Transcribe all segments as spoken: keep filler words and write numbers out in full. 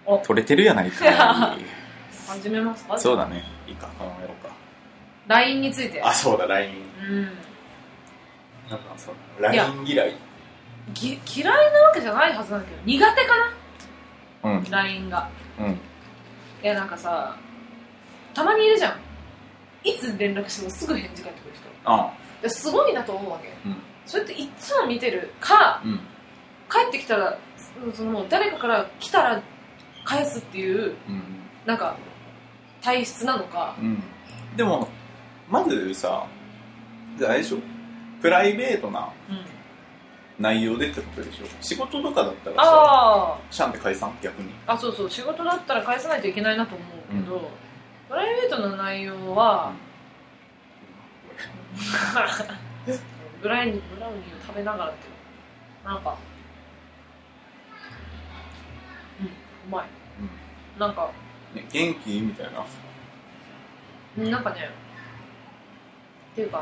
取れてるやないかい始めますか。 そうだね、いいか、考えろうか。 ライン について。 あ、そうだ、 ライン。 うん。 なんかそう ライン 嫌い。 ぎ嫌いなわけじゃないはずなんだけど苦手かな。 うんライン が。 うん。 いやなんかさ、たまにいるじゃん、いつ連絡してもすぐ返事返ってくる人。 ああ、 すごいなと思うわけ。 うん、 それっていつも見てるか、 うん、 帰ってきたらそのもう誰かから来たら返すっていう、 うん、 なんか体質なのか、 うん、でもまずさ、あれでしょ、プライベートな内容でってことでしょ。仕事とかだったらさ、 あシャンって解散、逆に。 あ、そうそう、仕事だったら返さないといけないなと思うけど、うん、プライベートな内容は、うん、ブラウニーを食べながらっていうなんか、うん、うまい、うん、なんか、 ね、元気みたいな。 なんかね、っていうか、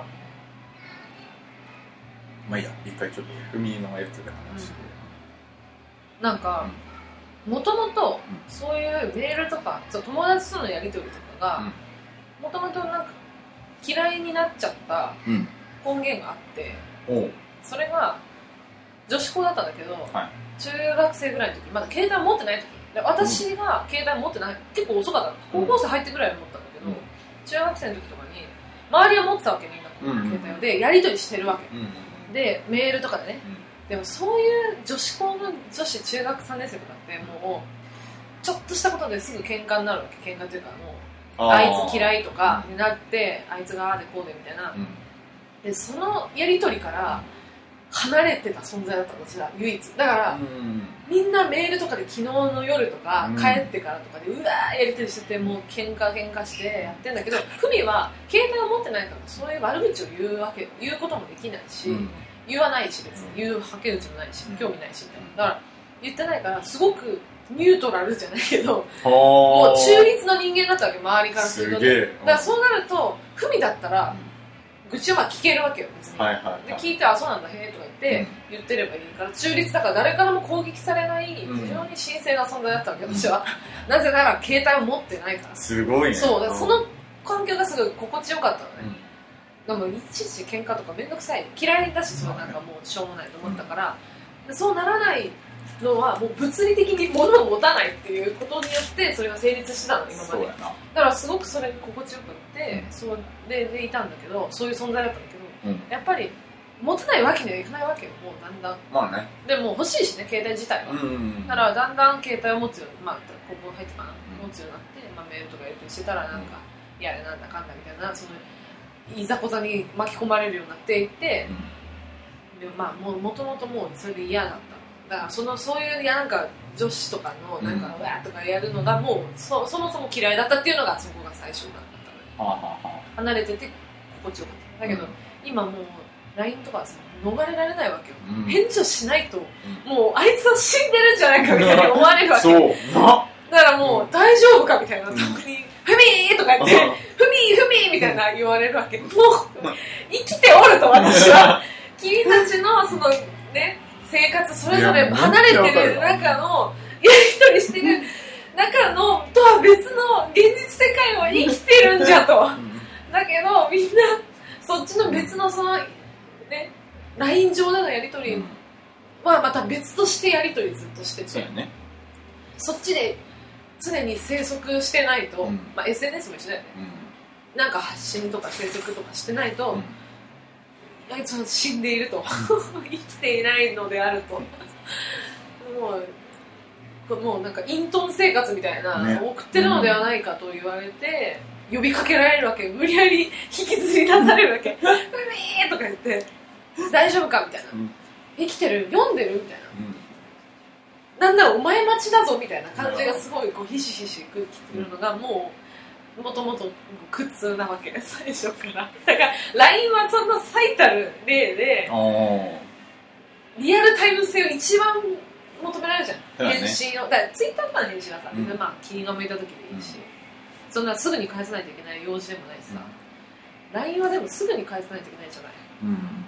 まあいいや、一回ちょっと海のやつで話して、 うん、なんかもともとそういうメールとか友達とのやり取りとかがもともとなんか嫌いになっちゃった根源があって、うん、それが女子校だったんだけど、はい、中学生ぐらいの時、まだ携帯持ってない時で、私が携帯持ってない、うん、結構遅かった、高校生入ってぐらいに持ったんだけど、うん、中学生の時とかに周りは持ってたわけ、みんな、うん、携帯でやり取りしてるわけ、うん、でメールとかでね、うん、でもそういう女子校の女子中学さんねん生とかってもうちょっとしたことですぐ喧嘩になるわけ。喧嘩というかもう あ, あいつ嫌いとかになって、うん、あいつがああでこうでみたいな、うん、でそのやり取りから離れてた存在だったの私は唯一だから、うん、みんなメールとかで昨日の夜とか、うん、帰ってからとかでうわーやり取りしててもう喧嘩喧嘩してやってんだけど、ふみは携帯を持ってないからそういう悪口を言うわけ言うこともできないし、うん、言わないし別に言うはけ口もないし興味ないしみたいな、だから言ってないからすごくニュートラルじゃないけどもう中立の人間だったわけ、周りからすると、ね、だからそうなるとふみだったら、うん、愚痴は聞けるわけよ別に、はいはいはい、で聞いてあそうなんだへえとか言って、うん、言ってればいいから中立だから誰からも攻撃されない非常に神聖な存在だったわけ、うん、私はなぜなら携帯を持ってないからすごいね。 そうだからその環境がすごい心地よかったのね、うん、でもいちいち喧嘩とかめんどくさい嫌いだしそれなんかもうしょうもないと思ったから、うん、そうならないのはもう物理的に物を持たないっていうことによってそれが成立してたの今まで。だからすごくそれが心地よくって、うん、そう で, でいたんだけどそういう存在だったんだけど、うん、やっぱり持たないわけにはいかないわけよもうだんだん、 まあね、 でも欲しいしね携帯自体は、うんうんうん、だからだんだん携帯を持つようにまあ高校入ってかな、うん、持つようになって、まあ、メールとかやり取りしてたらなんか、うん、いやなんだかんだみたいなそのいざこざに巻き込まれるようになっていって、うん、でまあもともともうそれで嫌だっただからそのそういうなんか女子とかのなんか、うん、わーとかやるのがもう そ, そもそも嫌いだったっていうのがそこが最初だったの、はあはあ、離れてて心地よかっただけど、うん、今もう ライン とかさ逃れられないわけよ、うん、返事をしないと、うん、もうあいつは死んでるんじゃないかみたいに思われるわけそうだからもう、うん、大丈夫かみたいな特に、うん、ふみーとか言ってふみーふみーみたいな言われるわけもう生きておると私は君たちのそのね生活それぞれ離れてる中のやり取りしてる中のとは別の現実世界を生きてるんじゃとだけどみんなそっちの別のそのね ライン 上でのやり取りはまた別としてやり取りずっとしてて、そうやね、そっちで常に生息してないと、うんまあ、エスエヌエス も一緒だよね、うん、なんか発信とか生息とかしてないと、うんあいつは死んでいると生きていないのであるともうもうなんか隠遁生活みたいな、ね、送ってるのではないかと言われて、うん、呼びかけられるわけ無理やり引きずり出されるわけ「うみー」とか言って「大丈夫か?」みたいな、うん、生きてる読んでるみたいな、うん、なんならお前待ちだぞみたいな感じがすごいこうひしひしくきてるのがもうもともと苦痛なわけで最初からだから ライン はその最たる例でリアルタイム性を一番求められるじゃん、ね、返信をだからツイッターとかの返信はさ、うん、まあ気が向いた時でいいし、うん、そんなすぐに返さないといけない用事でもないしさ、うん、ライン はでもすぐに返さないといけないじゃない、うん、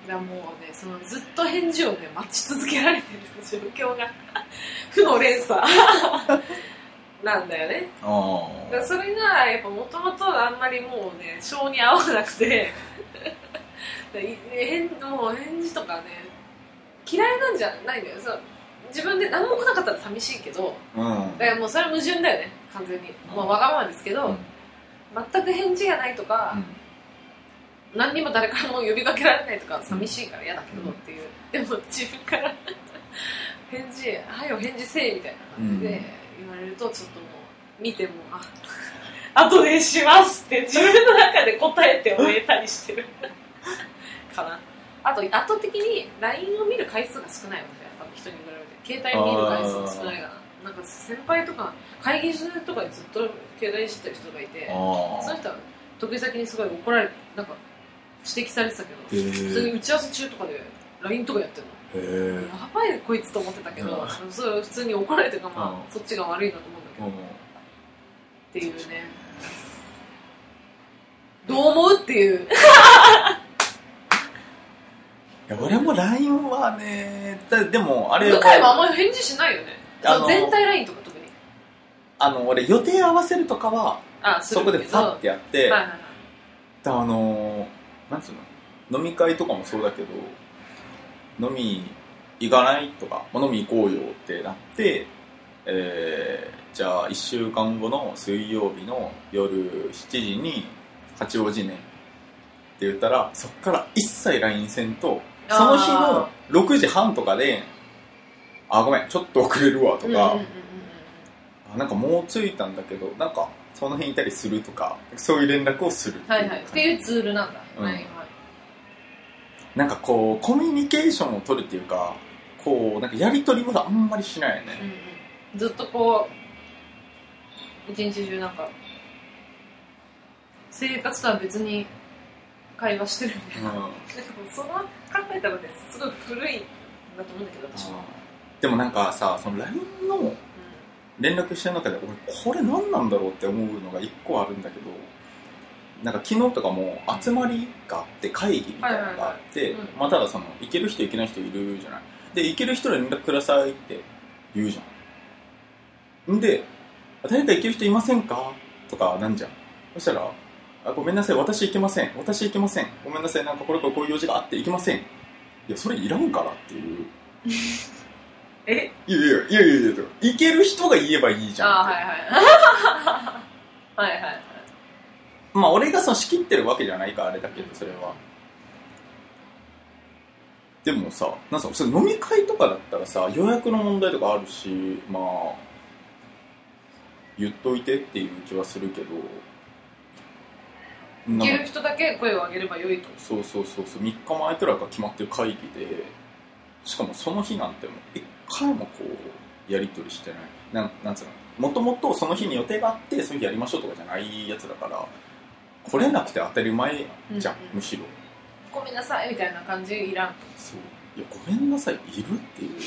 だからもうねそのずっと返事をね待ち続けられてる状況が負の連鎖なんだよね。 あだからそれがやっぱもともとあんまりもうね性に合わなくて返もう返事とかね嫌いなんじゃないんだよ。そう自分で何も来なかったら寂しいけど、うん、だからもうそれは矛盾だよね完全に、うん、もうわがままですけど、うん、全く返事がないとか、うん、何にも誰からも呼びかけられないとか寂しいから嫌だけどっていう、うん、でも自分から返事はよ返事せえみたいな感じで言われるとちょっともう見てもあ後でしますって自分の中で答えて終えたりしてるかな。あと圧倒的に ライン を見る回数が少ないわけだよ多分人に比べて。携帯を見る回数が少ないかな。なんか先輩とか会議室とかにずっと携帯いじってる人がいて、その人は得意先にすごい怒られなんか指摘されてたけど、普通に打ち合わせ中とかで ライン とかやってるの。へやばいこいつと思ってたけど、それ普通に怒られてるかまあそっちが悪いなと思うんだけど、っていうね。どう思うっていういや俺も ライン はねでもあれ向井もあんまり返事しないよね。全体 ライン とか特にあの俺予定合わせるとかはあそこでパッてやって、はいはいはい、あのなんつうの飲み会とかもそうだけど飲み行かないとか飲み行こうよってなって、えー、じゃあいっしゅうかんごの水曜日の夜しちじに八王子ねって言ったらそっから一切 ライン せんとその日のろくじはんとかであごめんちょっと遅れるわとか、うんうんうんうん、あなんかもう着いたんだけどなんかその辺いたりするとかそういう連絡をするはいはいっていうツールなんだ、うんはいはい、 なんかこうコミュニケーションを取るっていうかこうなんかやり取りはあんまりしないよね、うんうん、ずっとこう一日中なんか生活とは別に会話してるみたいな、うん、その考えたらねすごい古いんだと思うんだけど私はでもなんかさその ライン の連絡してる中で俺これ何なんだろうって思うのが一個あるんだけどなんか昨日とかも集まりがあって会議みたいなのがあってまあただその行ける人行けない人いるじゃないで行ける人に連絡くださいって言うじゃんんで誰か行ける人いませんかとかなんじゃんそしたらあごめんなさい私行けません私行けませんごめんなさいなんかこれからこういう用事があって行けませんいやそれいらんからっていうえいやいやいやいやいや行ける人が言えばいいじゃんあはいはいはいはいはいまあ俺がその仕切ってるわけじゃないかあれだけどそれはでもさなんかそれ飲み会とかだったらさ予約の問題とかあるしまあ言っといてっていう気はするけど行ける人だけ声を上げればよいとそうそうそうそうみっかまえくらいから決まってる会議でしかもその日なんても一回もこうやり取りしてないなん、なんつうのもともとその日に予定があってその日やりましょうとかじゃないやつだから来れなくて当たり前じゃん、うんうん、むしろごめんなさいみたいな感じいらんそういやごめんなさいいるっていう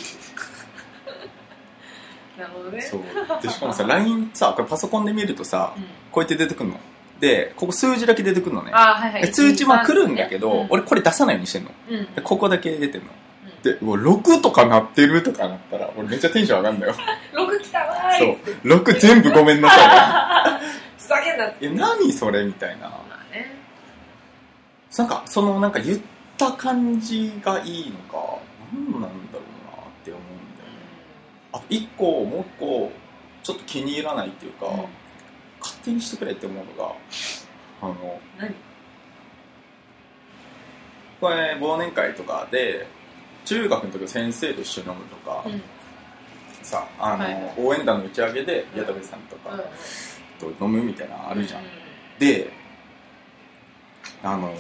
なるほどねそうでしかもさ ライン さこれパソコンで見るとさ、うん、こうやって出てくるのでここ数字だけ出てくるのねあ、はいはい、 通知は来るんだけど、ねうん、俺これ出さないようにしてんの、うん、でここだけ出てんの、うん、でもうろくとかなってるとかなったら俺めっちゃテンション上がるんだよろく来たわーいそうろく全部ごめんなさいふざけんなってえ何それみたいな、まあね、なんかそのなんか言った感じがいいのか何なんだろうなって思うんだよね、うん、あといっこもういっこちょっと気に入らないっていうか、うん勝手にしてくれって思うのがあの何これ忘年会とかで中学の時の先生と一緒に飲むとか、うん、さあの、はい、応援団の打ち上げで矢田部さんとか、うん、と飲むみたいなのあるじゃん、うん、であの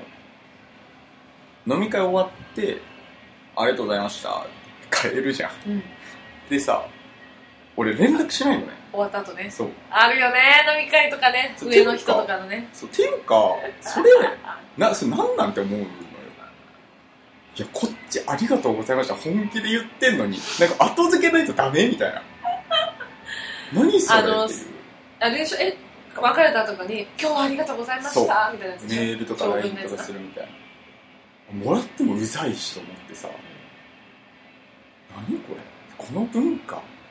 飲み会終わってありがとうございました帰るじゃん、うん、でさ俺連絡しないのね終わった後ねそうあるよね飲み会とかね上の人とかのねそうていうかそれなそれ何なんて思うのよいやこっちありがとうございました本気で言ってんのになんか後付けないとダメみたいな何それっていうあれでしょえ別れた後とかに今日はありがとうございましたみたいなやつメールとか ライン とかするみたいなもらってもうざいしと思ってさ何これこの文化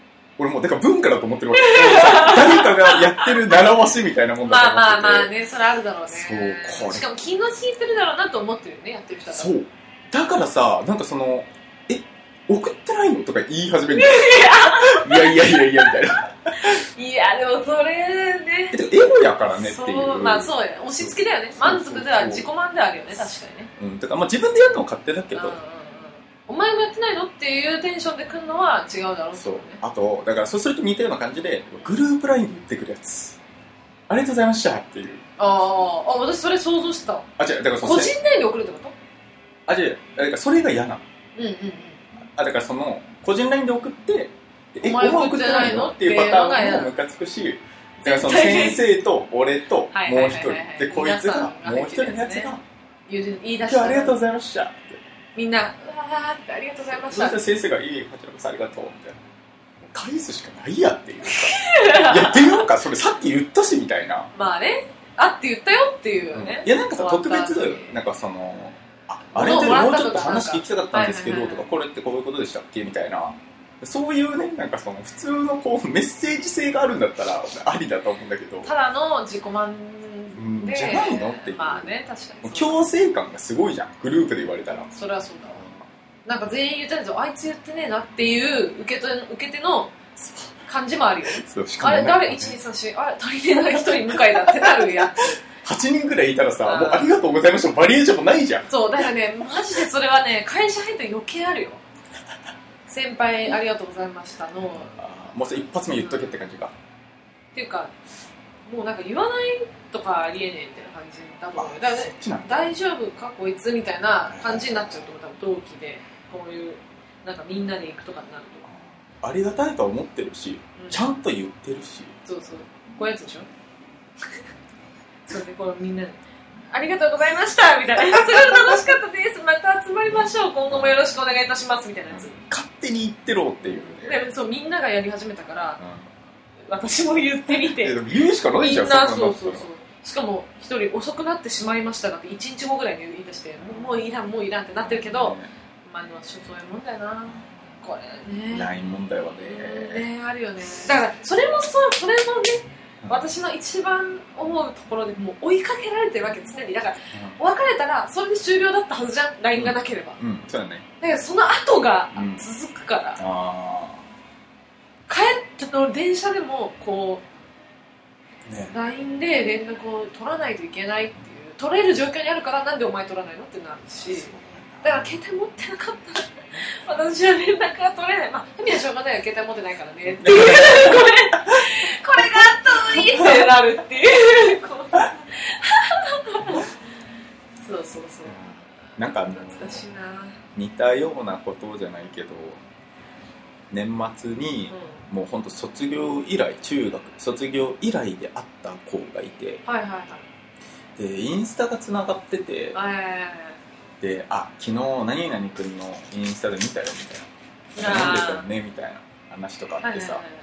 俺もうだから文化だと思ってるわけ誰かがやってる習わしみたいなもんだと思っててまあまあまあねそれあるだろうねそうこれしかも気の利いてるだろうなと思ってるよねやってる人はそうだからさなんかそのえ送ってないのとか言い始めるんだよいやいやいやいやみたいないやでもそれねえエゴやからねっていうそうまあそうや押し付けだよね満足では自己満ではあるよね確かにねうんだからまあ自分でやるのも勝手だけど、うんうんうん、 お前もやってないのっていうテンションで来るのは違うだろう、ね、 そうあとだからそうすると似たような感じでグループラインで言ってくるやつありがとうございましたっていうああ私それ想像してたあ違うだから個人ラインで送るってことあ違うだからそれが嫌なのうんうんうんあだからその個人ラインで送ってえお前送ってないのっていうパターンもムカつくしだからその先生と俺ともう一人でこいつがもう一人のやつが言い出した今日ありがとうございましたってみんなうわーってありがとうございましたそしたら先生がいいこちらこそありがとうみたいな返すしかないやっていうさやってみようかそれさっき言ったしみたいなまあねあって言ったよっていうね、 うん、いやなんかさ特別なんかそのああれってもうちょっと話聞きたかったんですけどとかこれってこういうことでしたっけみたいなそういうねなんかその普通のこうメッセージ性があるんだったらありだと思うんだけどただの自己満で、 うん、じゃないのっていうまあね確かに強制感がすごいじゃんグループで言われたらそれはそうだわなんか全員言ってないぞあいつ言ってねえなっていう受け手受け手の感じもあるよそうしかも、ね、あれ誰いちにさんしあれ足りてない人に向かいだってなるやつはちにんぐらいいたらさもうありがとうございましたバリエーションもないじゃんそうだからねマジでそれはね会社入って余計あるよ先輩ありがとうございましたのあもうそれ一発目言っとけって感じか、うん、 っていうかもうなんか言わないとかありえねえみたいな感じだと思うよだから、ね、大丈夫かこいつみたいな感じになっちゃうと思う多分同期でこういうなんかみんなで行くとかになるとありがたいとは思ってるし、うん、ちゃんと言ってるしそうそうこういうやつでしょそうでこうみんなでありがとうございましたみたいなすごい楽しかったですまた集まりましょう今後もよろしくお願いいたしますみたいなやつ、うん、 勝手に言ってろっていうねでそうみんながやり始めたから、うん、私も言ってみて言うしかないじゃんみんなそうそうそうしかも一人遅くなってしまいましたがっていちにちごぐらいに言い出してもういらんもういらんってなってるけど、ね、まあでもそういうもんだよなこれねライン問題はねねあるよねだからそれもそうそれもね私の一番思うところでもう追いかけられてるわけ常にだから、うん、別れたらそれで終了だったはずじゃん ライン がなければ、 うん、うん、そうだねだけどその後が続くから、うん、 あ帰っての電車でもこう、ね、ライン で連絡を取らないといけないっていう取れる状況にあるからなんでお前取らないのってなるしだから携帯持ってなかったら私は連絡が取れないまあ意味はしょうがないよ携帯持ってないからねっていうこれこれがあったのにってなるっていうそうそうそうなんか懐かしいな似たようなことじゃないけど年末に、うん、もうほんと卒業以来中学卒業以来で会った子がいてはいはいはいでインスタがつながっててはいはいはいであ昨日何々君のインスタで見たよみたいな読んでたよねみたいな話とかあってさ、はいはいはい、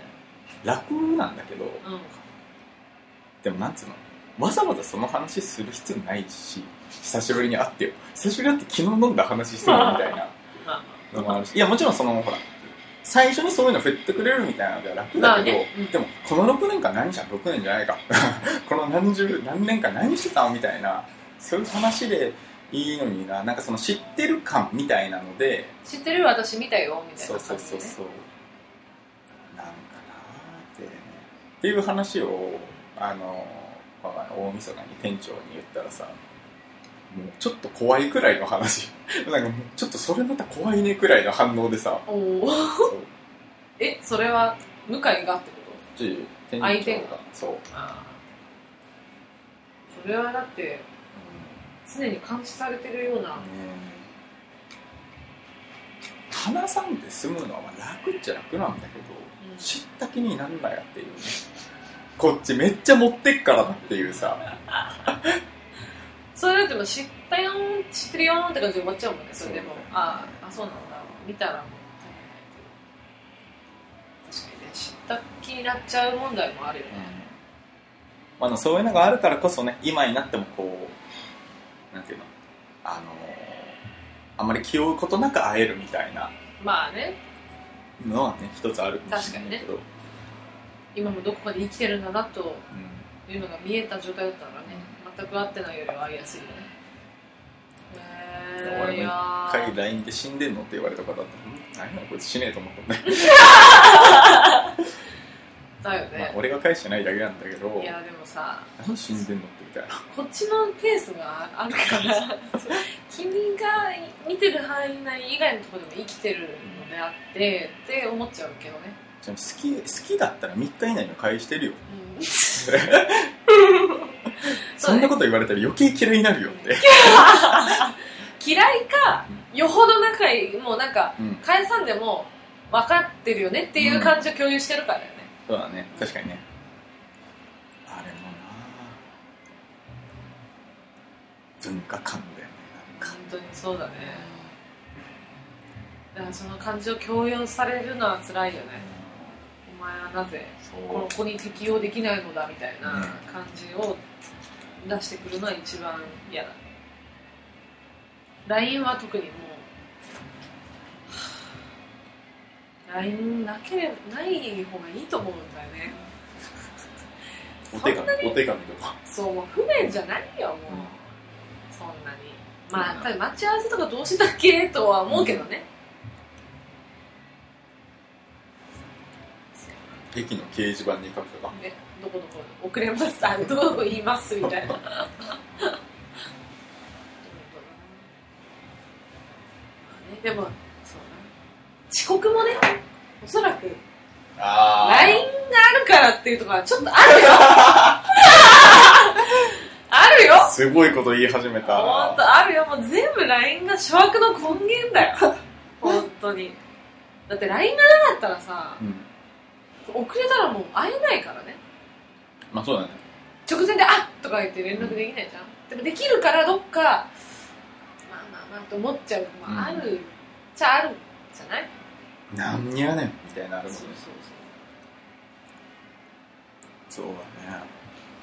楽なんだけど、うん、でもなんつうのわざわざその話する必要ないし久しぶりに会ってよ久しぶりに会って昨日飲んだ話するみたいなのもあるしいやもちろんそのほら最初にそういうの振ってくれるみたいなのでは楽だけど、ねうん、でもこのろくねんかん何じゃんろくねんじゃないかこの何十何年間何してたのみたいなそういう話でいいのにな、なんかその知ってる感みたいなので知ってる私見たよみたいな感じで、ね、 そうそうそうそうなんかなーってねっていう話をあの大晦日に店長に言ったらさもうちょっと怖いくらいの話なんかもうちょっとそれまた怖いねくらいの反応でさおおえそれは向井がってこと相手がそうあそれはだって常に監視されてるような、ね、 話さんで済むのは楽っちゃ楽なんだけど、うん、知った気になんだよっていうねこっちめっちゃ持ってっからだっていうさそれだっても知ったよん知ってるよんって感じで終わっちゃうもんねそれでもああそうなんだ見たらもう確かにね知った気になっちゃう問題もあるよね、 うんまあ、そういうのがあるからこそね今になってもこうなんていうのあのー、あんまり気負うことなく会えるみたいなまあねのはね一つあるかもしれないけど、 ね、今もどこかで生きてるんだなというのが見えた状態だったからね、うん、全く会ってないよりは会いやすいよね。 えー、俺も一回 ライン で死んでんのって言われた方だったら何やこいつ死ねえと思ったねだよね、 まあ、俺が返してないだけなんだけど、 いやでもさ何死んでんのってみたいな、 こっちのペースがあるから君が見てる範囲内以外のところでも生きてるのであってって思っちゃうけどね。 好き、好きだったらみっか以内に返してるよ、うん、そんなこと言われたら余計嫌いになるよって嫌いか、よほど仲いい、もうなんか返さんでも分かってるよねっていう感じを共有してるからだよね、 うん、そうだね、確かにね。あれもな文化観だよね、なんか本当にそうだね。だからその感じを強要されるのは辛いよね、うん、お前はなぜここに適応できないのだみたいな感じを出してくるのは一番嫌だ。 ライン は特にもう ライン なければない方がいいと思うんだよねお手紙、お手紙とかそう、もう不便じゃないよもう、うん、そんなにまあ、うん、待ち合わせとかどうしたっけとは思うけどね、 うん、駅の掲示板に書くとか、 ね、どこどこ遅れますあどこどこ言いますみたいなでもそうな遅刻もね、おそらくあ ライン があるからっていうところはちょっとあるよあるよ、 すごいこと言い始めた。 ほんとあるよ、もう全部 ライン が諸悪の根源だよ本当に。だって ライン がなかったらさ、うん、遅れたらもう会えないからね。 まあそうだね、 直前であっとか言って連絡できないじゃん、うん、でもできるからどっかまあまあまあと思っちゃうのもある、うん、じゃああるじゃない、 なんやねんみたいなあるもんね。 そうそうそうそうだね。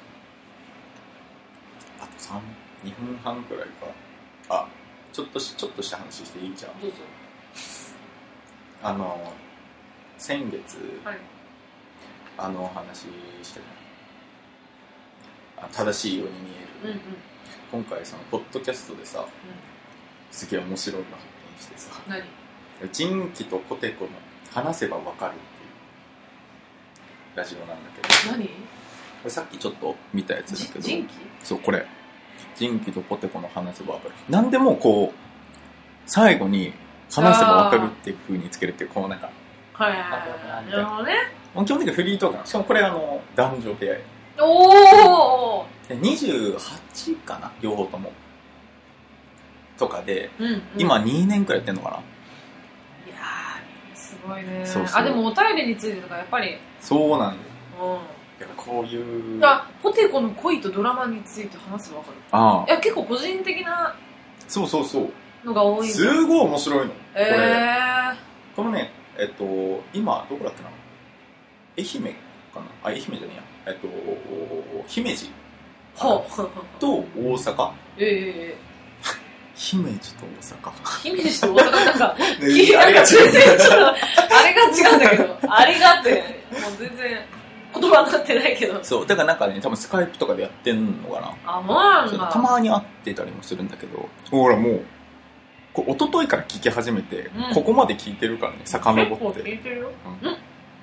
あとさん、にふんはんくらいか。あ、ちょっとし、ちょっとした話していいじゃん。 どうぞ。あの先月、 はい、 あの話してた。あ、正しいように見える、うんうん、今回そのポッドキャストでさ、うん、すげえ面白いの発見してさ、 何？ 人気とポテコの話せばわかるっていうラジオなんだけど。 何？ これさっきちょっと見たやつだけど、 人気？ そうこれ人気とポテコの話せばわかる。なんでもこう最後に話せばわかるっていう風につけるっていうこのなんか、 はいはいはい、なるほどね。 基本的にフリートークなの。しかもこれあの男女ペア。 おお。 にじゅうはちかな両方ともとかで、 うんうん、 今にねんくらいやってんのかな。 いやーすごいね。 そうそう。 あでもお便りについてとかやっぱりそうなんよ。 うん。 やっぱこういうあポテコの恋とドラマについて話せばわかる。ああ。いや結構個人的なそうそうそうのが多い。 すごい面白いの。 ええー。 このねえっと今どこだっけな。愛媛かな。あ愛媛じゃねえや。えっと姫路と大阪。 ええー。 姫路と大阪。 姫路と大阪なんか、ね、あれが違うんだけど、あれが違うんだけど、あれがってもう全然言葉になってないけど。 そうだからなんかね多分スカイプとかでやってんのかな。 あそうなんだ。 たまに会ってたりもするんだけど、ほらもうこ一昨日から聞き始めて、うん、ここまで聞いてるからね遡って。 結構聞いてるよ。うん。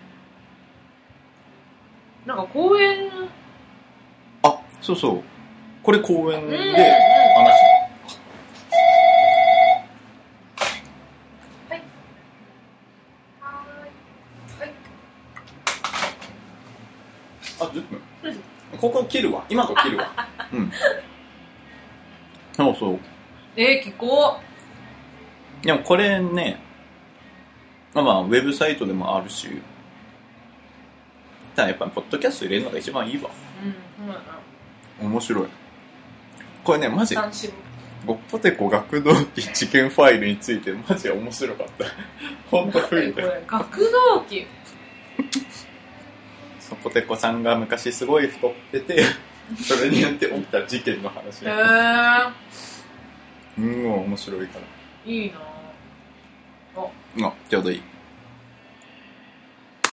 なんか公演。 あそうそうこれ公演で話。うんあ、じゅっぷん、うん、ここ切るわ今と切るわうんそうそうえー、聞こうでもこれねまあまあウェブサイトでもあるしただやっぱポッドキャスト入れるのが一番いいわうん、うん、面白いこれねマジゴッポテコ学童期事件ファイルについてマジで面白かったほんと不意で学童期ポテコさんが昔すごい太っててそれによって起きた事件の話へーうん面白いからいいなああちょうどいい